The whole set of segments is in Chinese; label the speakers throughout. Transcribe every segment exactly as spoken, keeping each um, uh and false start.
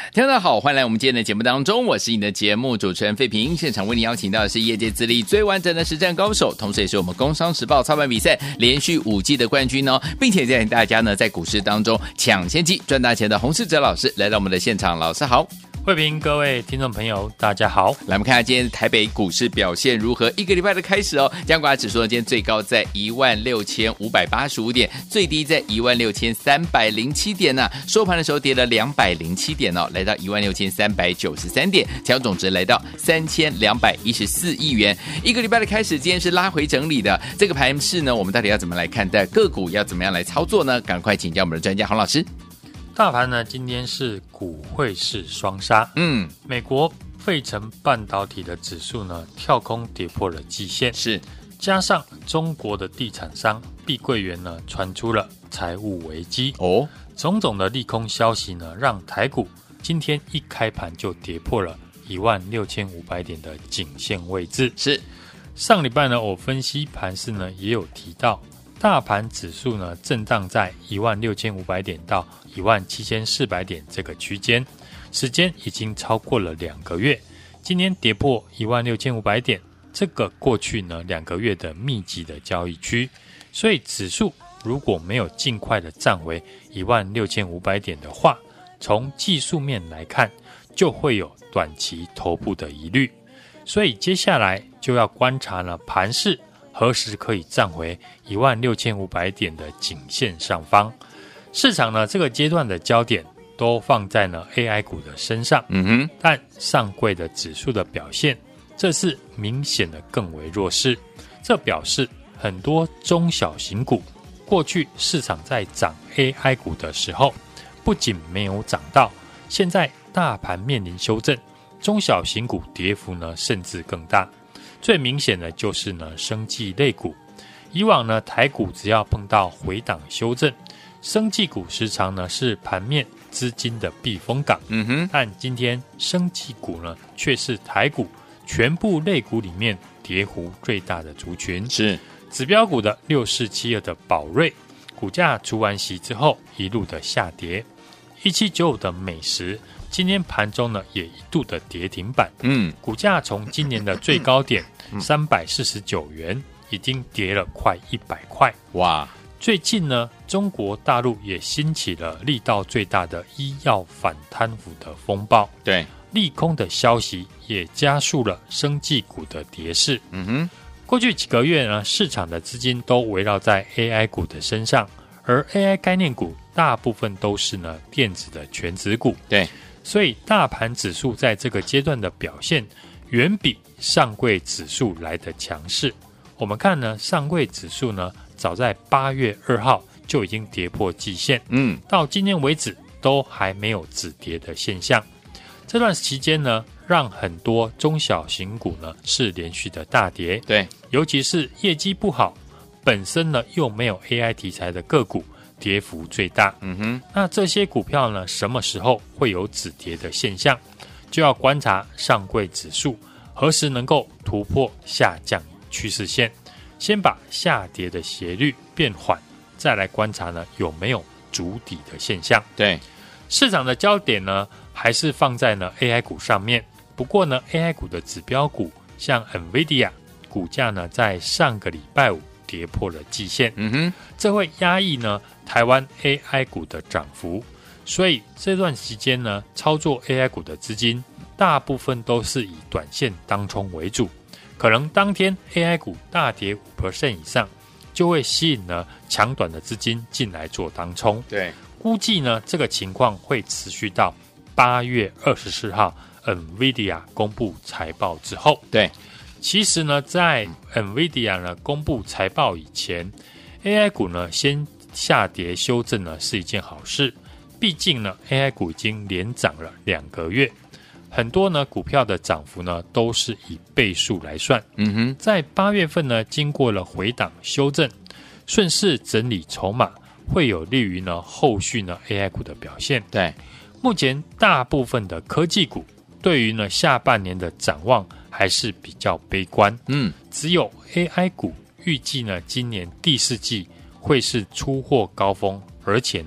Speaker 1: 听众好，欢迎来我们今天的节目当中，我是你的节目主持人费平。现场为你邀请到的是业界资历最完整的实战高手，同时也是我们工商时报操盘比赛连续五季的冠军哦，并且带领大家呢在股市当中抢先机赚大钱的洪士哲老师来到我们的现场。老师好。
Speaker 2: 慧平，各位听众朋友大家好。
Speaker 1: 来我们看看今天台北股市表现如何，一个礼拜的开始哦，加权指数呢今天最高在一万六千五百八十五点，最低在一万六千三百零七点呢、啊，收盘的时候跌了两百零七点哦，来到一万六千三百九十三点，成交总值来到三千两百一十四亿元。一个礼拜的开始，今天是拉回整理的这个盘势呢，我们到底要怎么来看待个股，要怎么样来操作呢？赶快请教我们的专家洪老师。
Speaker 2: 大盘呢，今天是股汇市双杀。嗯，美国费城半导体的指数呢跳空跌破了季线，
Speaker 1: 是
Speaker 2: 加上中国的地产商碧桂园呢传出了财务危机
Speaker 1: 哦，
Speaker 2: 种种的利空消息呢，让台股今天一开盘就跌破了一万六千五百点的颈线位置。
Speaker 1: 是
Speaker 2: 上礼拜呢，我分析盘势呢也有提到。大盘指数呢震荡在一万六千五百点到一万七千四百点这个区间，时间已经超过了两个月。今天跌破一万六千五百点，这个过去呢两个月的密集的交易区，所以指数如果没有尽快的站回一万六千五百点的话，从技术面来看，就会有短期头部的疑虑。所以接下来就要观察呢盘势。何时可以站回一万六千五百点的颈线上方？市场呢这个阶段的焦点都放在呢 A I 股的身上，
Speaker 1: 嗯哼，
Speaker 2: 但上柜的指数的表现，这次明显的更为弱势。这表示很多中小型股，过去市场在涨 A I 股的时候，不仅没有涨到，现在大盘面临修正，中小型股跌幅呢甚至更大。最明显的就是呢，生技类股。以往呢，台股只要碰到回档修正，生技股时常呢是盘面资金的避风港。
Speaker 1: 嗯哼，
Speaker 2: 但今天生技股呢，却是台股全部类股里面跌幅最大的族群。
Speaker 1: 是
Speaker 2: 指标股的六四七二的宝瑞，股价除完息之后一路的下跌。一七九五的美食。今天盘中呢也一度的跌停板，嗯，股价从今年的最高点三百四十九元，已经跌了快一百块。哇！最近呢，中国大陆也兴起了力道最大的医药反贪腐的风暴，
Speaker 1: 对，
Speaker 2: 利空的消息也加速了生技股的跌势。嗯哼，过去几个月呢，市场的资金都围绕在 A I 股的身上，而 A I 概念股大部分都是呢电子的权值股，
Speaker 1: 对。
Speaker 2: 所以大盘指数在这个阶段的表现远比上柜指数来得强势。我们看呢，上柜指数呢早在八月二号就已经跌破季线，嗯，到今天为止都还没有止跌的现象。这段期间呢，让很多中小型股呢是连续的大跌，
Speaker 1: 对，
Speaker 2: 尤其是业绩不好，本身呢又没有 A I 题材的个股。跌幅最大，嗯哼，那这些股票呢，什么时候会有止跌的现象？就要观察上柜指数何时能够突破下降趋势线，先把下跌的斜率变缓，再来观察呢有没有筑底的现象。
Speaker 1: 对，
Speaker 2: 市场的焦点呢还是放在呢 A I 股上面，不过呢 A I 股的指标股像 NVIDIA 股价呢在上个礼拜五跌破了季线，嗯哼，这会压抑呢台湾 A I 股的涨幅，所以这段时间呢，操作 A I 股的资金大部分都是以短线当冲为主，可能当天 A I 股大跌 百分之五 以上，就会吸引呢抢短的资金进来做当冲。
Speaker 1: 对，
Speaker 2: 估计呢这个情况会持续到八月二十四号 NVIDIA 公布财报之后。
Speaker 1: 对。
Speaker 2: 其实呢，在 NVIDIA 呢公布财报以前 ，A I 股呢先下跌修正呢是一件好事。毕竟呢 ，A I 股已经连涨了两个月，很多呢股票的涨幅呢都是以倍数来算。嗯哼，在八月份呢，经过了回档修正，顺势整理筹码，会有利于呢后续呢 A I 股的表现。
Speaker 1: 对，
Speaker 2: 目前大部分的科技股对于呢下半年的展望还是比较悲观，嗯，只有 A I 股预计呢今年第四季会是出货高峰，而且呢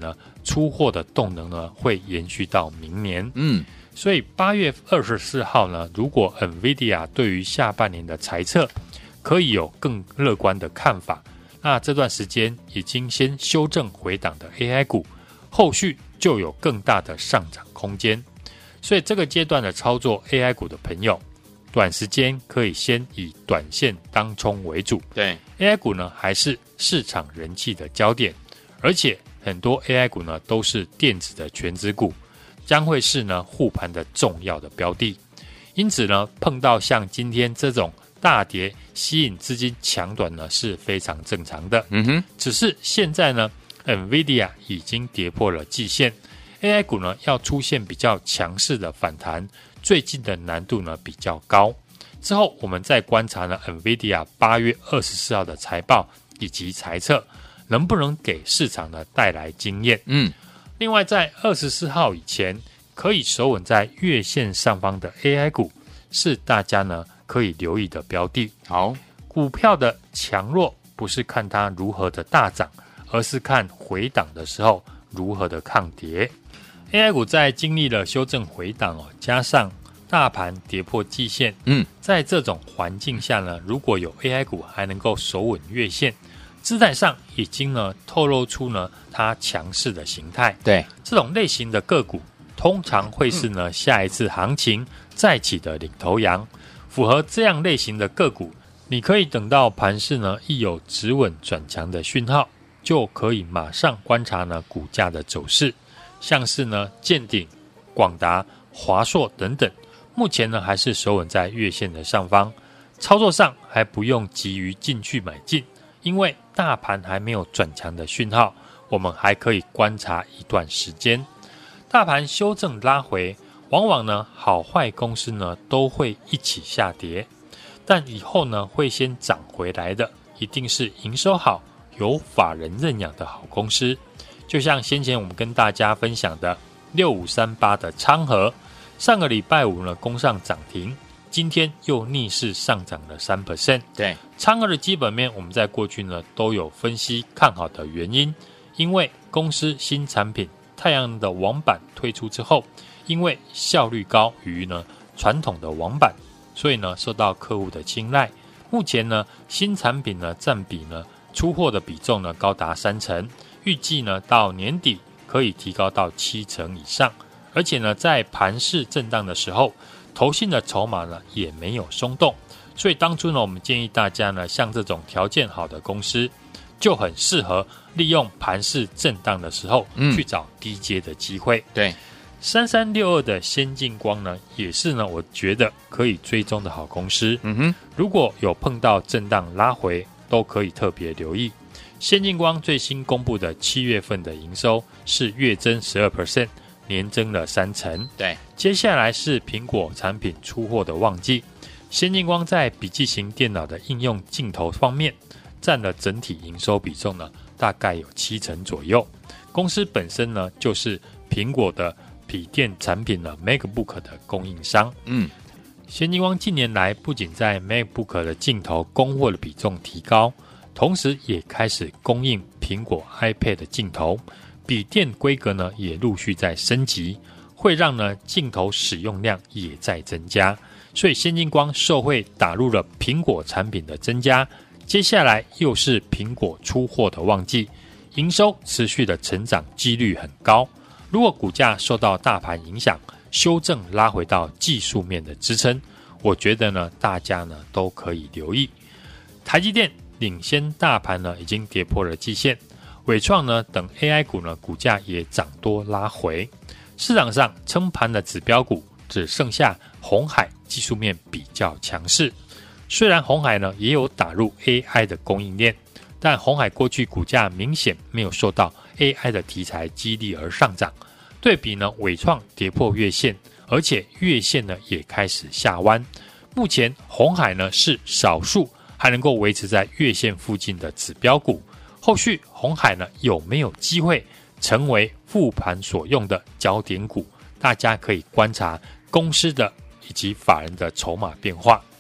Speaker 2: 出货的动能呢会延续到明年。
Speaker 1: 嗯，
Speaker 2: 所以八月二十四号呢，如果 NVIDIA 对于下半年的财测可以有更乐观的看法，那这段时间已经先修正回档的 A I 股，后续就有更大的上涨空间。所以这个阶段的操作 A I 股的朋友，短时间可以先以短线当冲为主。
Speaker 1: 对
Speaker 2: ，A I 股呢还是市场人气的焦点，而且很多 A I 股呢都是电子的全指股，将会是呢护盘的重要的标的。因此呢，碰到像今天这种大跌，吸引资金抢短呢是非常正常的。
Speaker 1: 嗯哼，
Speaker 2: 只是现在呢 ，NVIDIA 已经跌破了季线。A I 股呢要出现比较强势的反弹，最近的难度呢比较高。之后我们再观察呢 NVIDIA 八月二十四号的财报以及财测，能不能给市场呢带来经验。
Speaker 1: 嗯，
Speaker 2: 另外在二十四号以前，可以守稳在月线上方的 A I 股，是大家呢可以留意的标的。
Speaker 1: 好，
Speaker 2: 股票的强弱不是看它如何的大涨，而是看回档的时候如何的抗跌。A I 股在经历了修正回档哦，加上大盘跌破季线，
Speaker 1: 嗯，
Speaker 2: 在这种环境下呢，如果有 A I 股还能够守稳月线，姿态上已经呢透露出呢它强势的形态。
Speaker 1: 对，
Speaker 2: 这种类型的个股通常会是呢、嗯、下一次行情再起的领头羊。符合这样类型的个股，你可以等到盘势呢一有止稳转强的讯号，就可以马上观察呢股价的走势。像是呢健鼎、广达、华硕等等，目前呢还是守稳在月线的上方，操作上还不用急于进去买进，因为大盘还没有转强的讯号，我们还可以观察一段时间。大盘修正拉回，往往呢好坏公司呢都会一起下跌，但以后呢会先涨回来的，一定是营收好、有法人认养的好公司。就像先前我们跟大家分享的六五三八的昌河，上个礼拜五呢攻上涨停，今天又逆势上涨了 百分之三。
Speaker 1: 对，
Speaker 2: 昌河的基本面我们在过去呢都有分析看好的原因，因为公司新产品太阳的网板推出之后，因为效率高于呢传统的网板，所以呢受到客户的青睐。目前呢新产品呢占比呢出货的比重呢高达三成，预计呢到年底可以提高到七成以上。而且呢在盘势震荡的时候，投信的筹码呢也没有松动，所以当初呢我们建议大家呢像这种条件好的公司，就很适合利用盘势震荡的时候、嗯、去找低阶的机会。
Speaker 1: 对，
Speaker 2: 三三六二的先进光呢也是呢我觉得可以追踪的好公司。
Speaker 1: 嗯哼，
Speaker 2: 如果有碰到震荡拉回，都可以特别留意。先进光最新公布的七月份的营收是月增 百分之十二， 年增了三成。
Speaker 1: 对，
Speaker 2: 接下来是苹果产品出货的旺季。先进光在笔记型电脑的应用镜头方面占了整体营收比重呢大概有七成左右。公司本身呢就是苹果的笔电产品呢 MacBook 的供应商。
Speaker 1: 嗯，
Speaker 2: 先进光近年来不仅在 MacBook 的镜头供货的比重提高，同时也开始供应苹果 iPad 的镜头，笔电规格呢也陆续在升级，会让呢镜头使用量也在增加。所以先进光受惠打入了苹果产品的增加，接下来又是苹果出货的旺季，营收持续的成长几率很高。如果股价受到大盘影响，修正拉回到技术面的支撑，我觉得呢大家呢都可以留意。台积电领先大盘呢已经跌破了季线，伟创呢等 A I 股呢股价也涨多拉回。市场上撑盘的指标股只剩下鸿海，技术面比较强势。虽然鸿海呢也有打入 A I 的供应链，但鸿海过去股价明显没有受到 A I 的题材激励而上涨。对比呢伟创跌破月线，而且月线呢也开始下弯。目前鸿海呢是少数还能够维持在月线附近的指标股，后续鸿海呢有没有机会成为复盘所用的焦点股，大家可以观察公司的以及法人的筹码变化。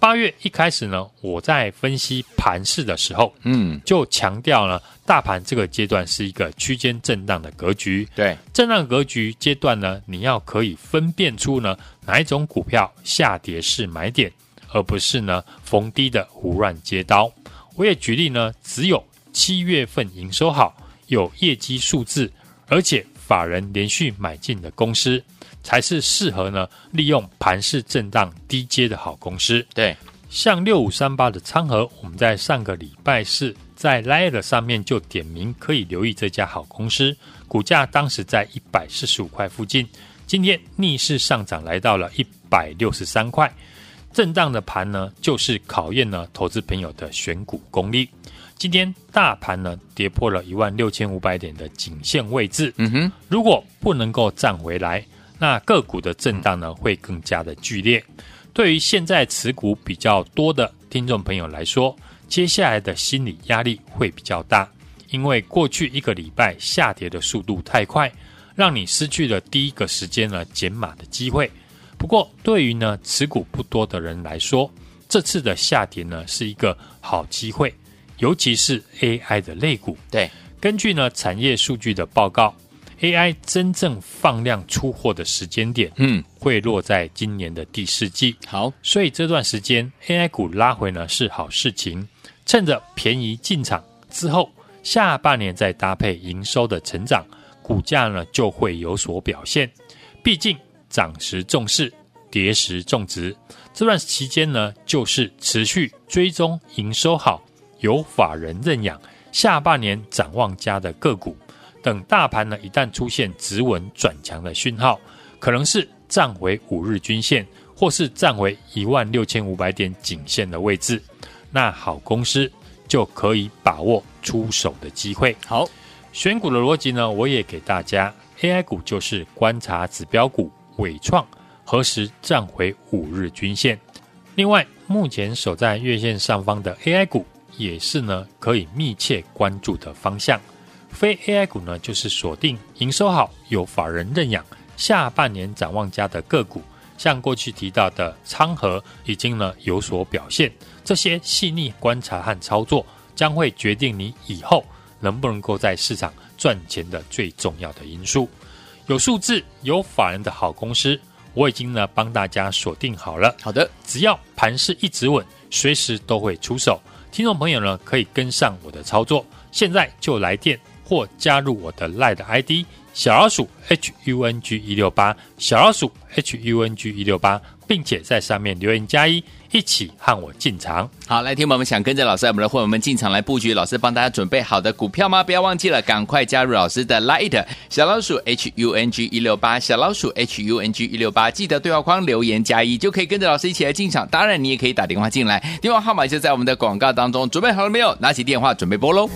Speaker 2: 八月一开始呢，我在分析盘势的时候，
Speaker 1: 嗯，
Speaker 2: 就强调呢，大盘这个阶段是一个区间震荡的格局。
Speaker 1: 对，
Speaker 2: 震荡格局阶段呢，你要可以分辨出呢哪一种股票下跌是买点，而不是呢逢低的胡乱接刀。我也举例呢，只有七月份营收好、有业绩数字，而且法人连续买进的公司，才是适合呢利用盘势震荡低阶的好公司。
Speaker 1: 对，
Speaker 2: 像六五三八的昌河，我们在上个礼拜四在 Line 上面就点名可以留意这家好公司，股价当时在一百四十五块附近，今天逆势上涨来到了一百六十三块。震荡的盘呢，就是考验呢投资朋友的选股功力。今天大盘呢跌破了一万六千五百点的颈线位置，嗯哼，如果不能够站回来，那个股的震荡呢会更加的剧烈。对于现在持股比较多的听众朋友来说，接下来的心理压力会比较大，因为过去一个礼拜下跌的速度太快，让你失去了第一个时间呢减码的机会。不过对于呢持股不多的人来说，这次的下跌呢是一个好机会，尤其是 A I 的类股。
Speaker 1: 对，
Speaker 2: 根据呢产业数据的报告， A I 真正放量出货的时间点，嗯，会落在今年的第四季。
Speaker 1: 好，
Speaker 2: 所以这段时间 A I 股拉回呢是好事情，趁着便宜进场之后，下半年再搭配营收的成长，股价呢就会有所表现。毕竟涨时重视，跌时重值，这段期间呢就是持续追踪营收好、有法人认养、下半年展望佳的个股。等大盘呢一旦出现止稳转强的讯号，可能是站回五日均线，或是站回一万六千五百点颈线的位置，那好公司就可以把握出手的机会。
Speaker 1: 好，
Speaker 2: 选股的逻辑呢，我也给大家， A I 股就是观察指标股伟创何时站回五日均线。另外，目前守在月线上方的 A I 股也是呢可以密切关注的方向。非 A I 股呢，就是锁定营收好、有法人认养、下半年展望佳的个股，像过去提到的昌河已经呢有所表现。这些细腻观察和操作，将会决定你以后能不能够在市场赚钱的最重要的因素。有数字、有法人的好公司，我已经呢帮大家锁定好了。
Speaker 1: 好的，
Speaker 2: 只要盘势一直稳，随时都会出手。听众朋友呢，可以跟上我的操作，现在就来电或加入我的 Line 的 I D 小老鼠 H U N G 一六八 小老鼠 H U N G 一六八，并且在上面留言加一，一起和我进场。
Speaker 1: 好，来听我们想跟着老师我们的会员们进场来布局，老师帮大家准备好的股票吗？不要忘记了，赶快加入老师的 Line 小老鼠 H U N G 一六八 小老鼠 H U N G 一六八，记得对话框留言加一，就可以跟着老师一起来进场。当然你也可以打电话进来，电话号码就在我们的广告当中。准备好了没有？拿起电话准备拨咯。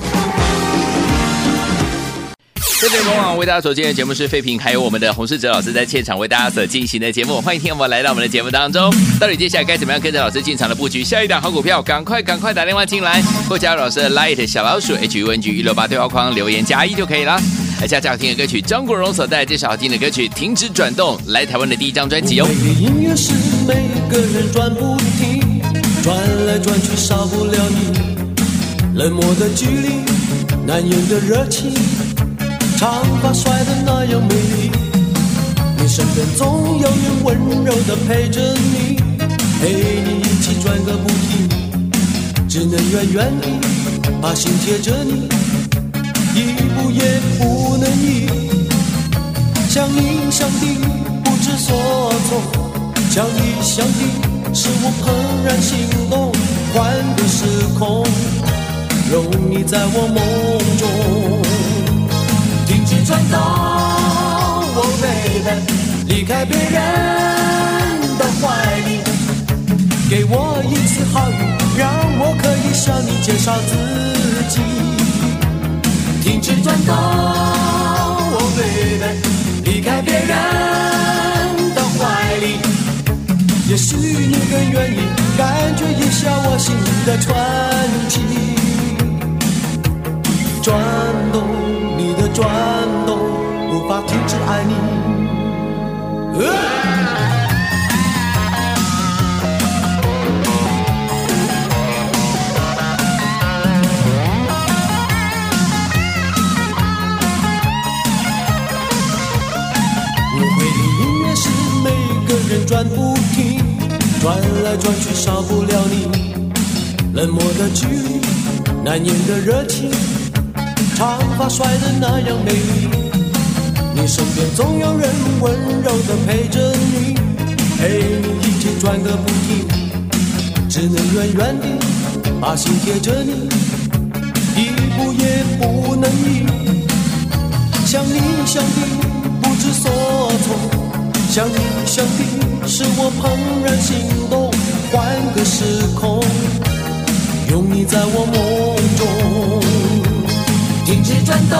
Speaker 1: 这边往往为大家所进的节目是废品，还有我们的洪士哲老师在现场为大家所进行的节目，欢迎听我们来到我们的节目当中。到底接下来该怎么样跟着老师进场的布局下一档好股票？赶快赶快打电话进来，或加入老师的 Light 小老鼠 H U N G 一六八对话框留言加一就可以了。来下最好听的歌曲，张国荣所带来这首好听的歌曲《停止转动》，来台湾的第一张专辑哦。
Speaker 3: 音乐是每个人转不停，转来转去少不了你，冷漠的距离，难言的热情，长发甩得那样美丽，你身边总有人温柔地陪着你，陪你一起转个不停，只能远远地把心贴着你，一步也不能移，相依相依不知所措，相依相依使我怦然心动，换个时空容你在我梦中，停止转动 Oh baby， 离开别人的怀里，给我一次好运，让我可以向你介绍自己，停止转动 Oh baby， 离开别人的怀里，也许你更愿意感觉一下我心的传奇，转动你的转动，无法停止爱你、呃转不停，转来转去少不了你。冷漠的距离，难言的热情，长发甩得那样美丽。你身边总有人温柔地陪着你，陪你一起转个不停，只能远远地把心贴着你，一步也不能移。想你想的不知所措，想你想的使我怦然心动。换个时空，拥你在我梦中，停止转动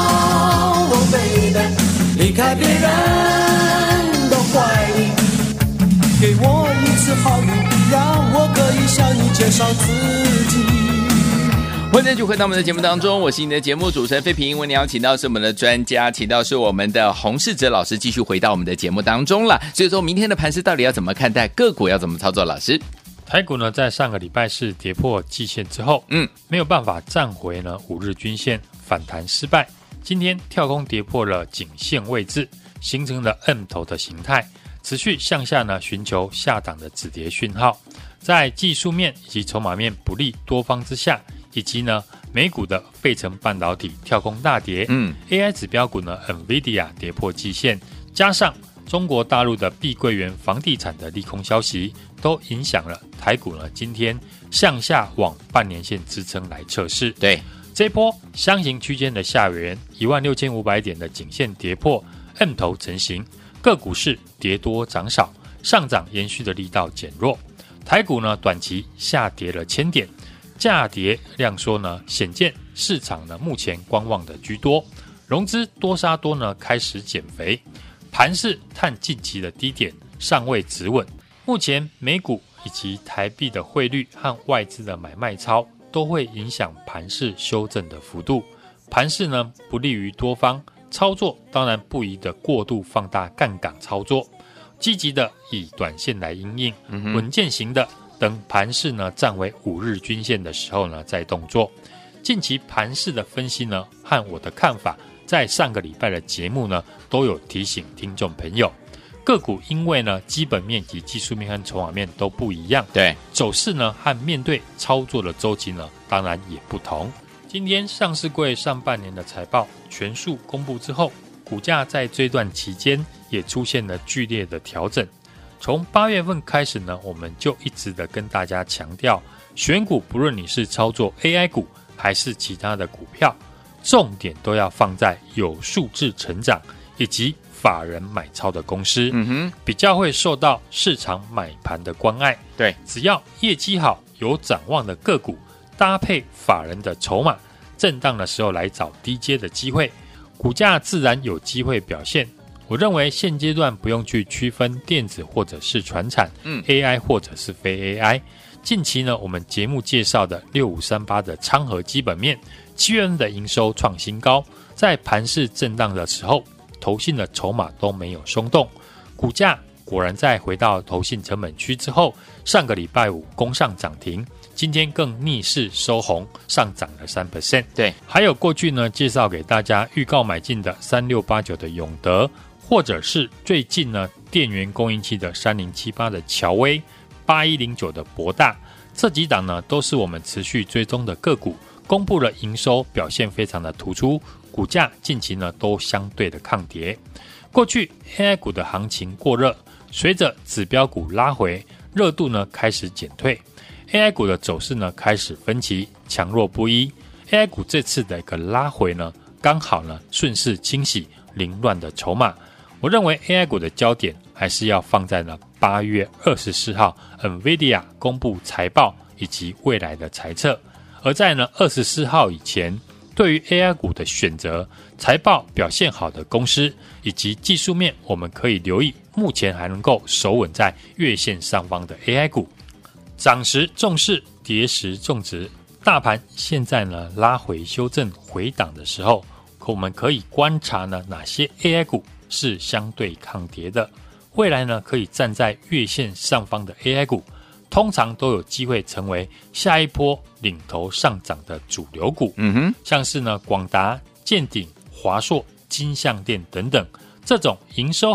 Speaker 3: ，oh baby，离开别人的怀里，给我一次好运，让我可以向你介绍自己。
Speaker 1: 欢迎继续回到我们的节目当中，我是你的节目主持人费平。为您邀请到是我们的专家，请到是我们的洪士哲老师，继续回到我们的节目当中了。所以说明天的盘势到底要怎么看待，个股要怎么操作？老师，
Speaker 2: 台股呢，在上个礼拜是跌破季线之后，嗯，没有办法站回呢五日均线，反弹失败。今天跳空跌破了颈线位置，形成了 M 头的形态，持续向下呢寻求下档的止跌讯号。在技术面以及筹码面不利多方之下，以及呢美股的费城半导体跳空大跌，嗯 ，A I 指标股呢 Nvidia 跌破季线，加上中国大陆的碧桂园房地产的利空消息，都影响了台股呢今天向下往半年线支撑来测试。
Speaker 1: 对，
Speaker 2: 这波箱型区间的下缘一万六千五百点的颈线跌破 M 头成型，个股是跌多涨少，上涨延续的力道减弱。台股呢短期下跌了千点，价跌量缩呢显见市场呢目前观望的居多，融资多杀多呢开始减肥，盘势探近期的低点尚未止稳。目前美股以及台币的汇率和外资的买卖超都会影响盘势修正的幅度，盘势呢不利于多方操作，当然不宜的过度放大杠杆操作，积极的以短线来因应，嗯、稳健型的等盘势呢站为五日均线的时候呢再动作。近期盘势的分析呢和我的看法，在上个礼拜的节目呢都有提醒听众朋友。个股因为呢基本面及技术面和筹码面都不一样，
Speaker 1: 对，
Speaker 2: 走势呢和面对操作的周期呢当然也不同。今天上市柜上半年的财报全数公布之后，股价在这段期间也出现了剧烈的调整。从八月份开始呢，我们就一直的跟大家强调，选股不论你是操作 A I 股还是其他的股票，重点都要放在有数字成长以及法人买超的公司，嗯哼，比较会受到市场买盘的关爱。
Speaker 1: 对，
Speaker 2: 只要业绩好、有展望的个股，搭配法人的筹码，震荡的时候来找低阶的机会，股价自然有机会表现。我认为现阶段不用去区分电子或者是传产，嗯 ，A I 或者是非 A I。近期呢，我们节目介绍的六五三八的昌河基本面，七月份的营收创新高，在盘势震荡的时候，投信的筹码都没有松动，股价果然在回到投信成本区之后，上个礼拜五攻上涨停，今天更逆势收红，上涨了 百分之三。
Speaker 1: 对，
Speaker 2: 还有过去呢介绍给大家预告买进的三六八九的永德，或者是最近呢电源供应器的三零七八的乔威，八一零九的博大，这几档呢都是我们持续追踪的个股，公布了营收表现非常的突出，股价近期呢都相对的抗跌。过去 A I 股的行情过热，随着指标股拉回，热度呢开始减退， A I 股的走势呢开始分歧，强弱不一。 A I 股这次的一个拉回呢，刚好呢顺势清洗凌乱的筹码。我认为 A I 股的焦点还是要放在呢八月二十四号 Nvidia 公布财报以及未来的财测，而在呢二十四号以前，对于 A I 股的选择，财报表现好的公司以及技术面，我们可以留意目前还能够守稳在月线上方的 A I 股。涨时重视，跌时重值。大盘现在呢拉回修正回档的时候，我们可以观察呢哪些 A I 股是相对抗跌的，未来呢可以站在月线上方的 A I 股，通常都有机会成为下一波领头上涨的主流股。嗯哼，像是呢广达、健鼎、华硕、金像电等等，这种营收好、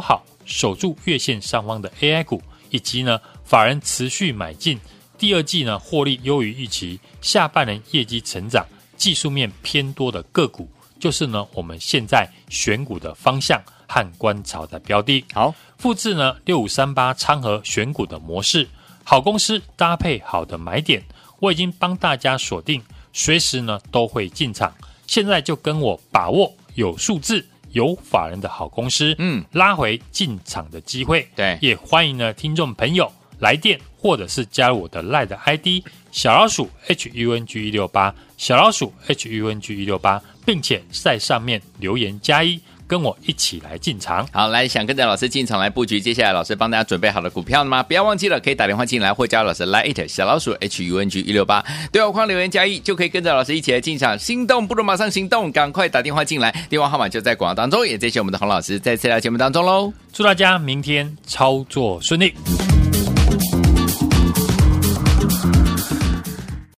Speaker 2: 守住月线上方的 A I 股，以及呢法人持续买进，第二季呢获利优于预期，下半年业绩成长，技术面偏多的个股，就是呢我们现在选股的方向和观察的标的。
Speaker 1: 好，
Speaker 2: 复制呢六五三八昌河选股的模式，好公司搭配好的买点，我已经帮大家锁定，随时呢都会进场。现在就跟我把握有数字、有法人的好公司，
Speaker 1: 嗯，
Speaker 2: 拉回进场的机会。
Speaker 1: 对，
Speaker 2: 也欢迎呢听众朋友来电或者是加入我的 LINE 的 I D 小老鼠 H U N G 一六八，小老鼠 H U N G 一六八，并且在上面留言加一，跟我一起来进场。
Speaker 1: 好，来想跟着老师进场来布局，接下来老师帮大家准备好的股票了吗？不要忘记了，可以打电话进来或加入老师 Line 小老鼠 H U N G 一六八，对话框留言加一，就可以跟着老师一起来进场。心动不如马上行动，赶快打电话进来，电话号码就在广告当中。也谢谢我们的洪老师再次来节目当中喽，
Speaker 2: 祝大家明天操作顺利。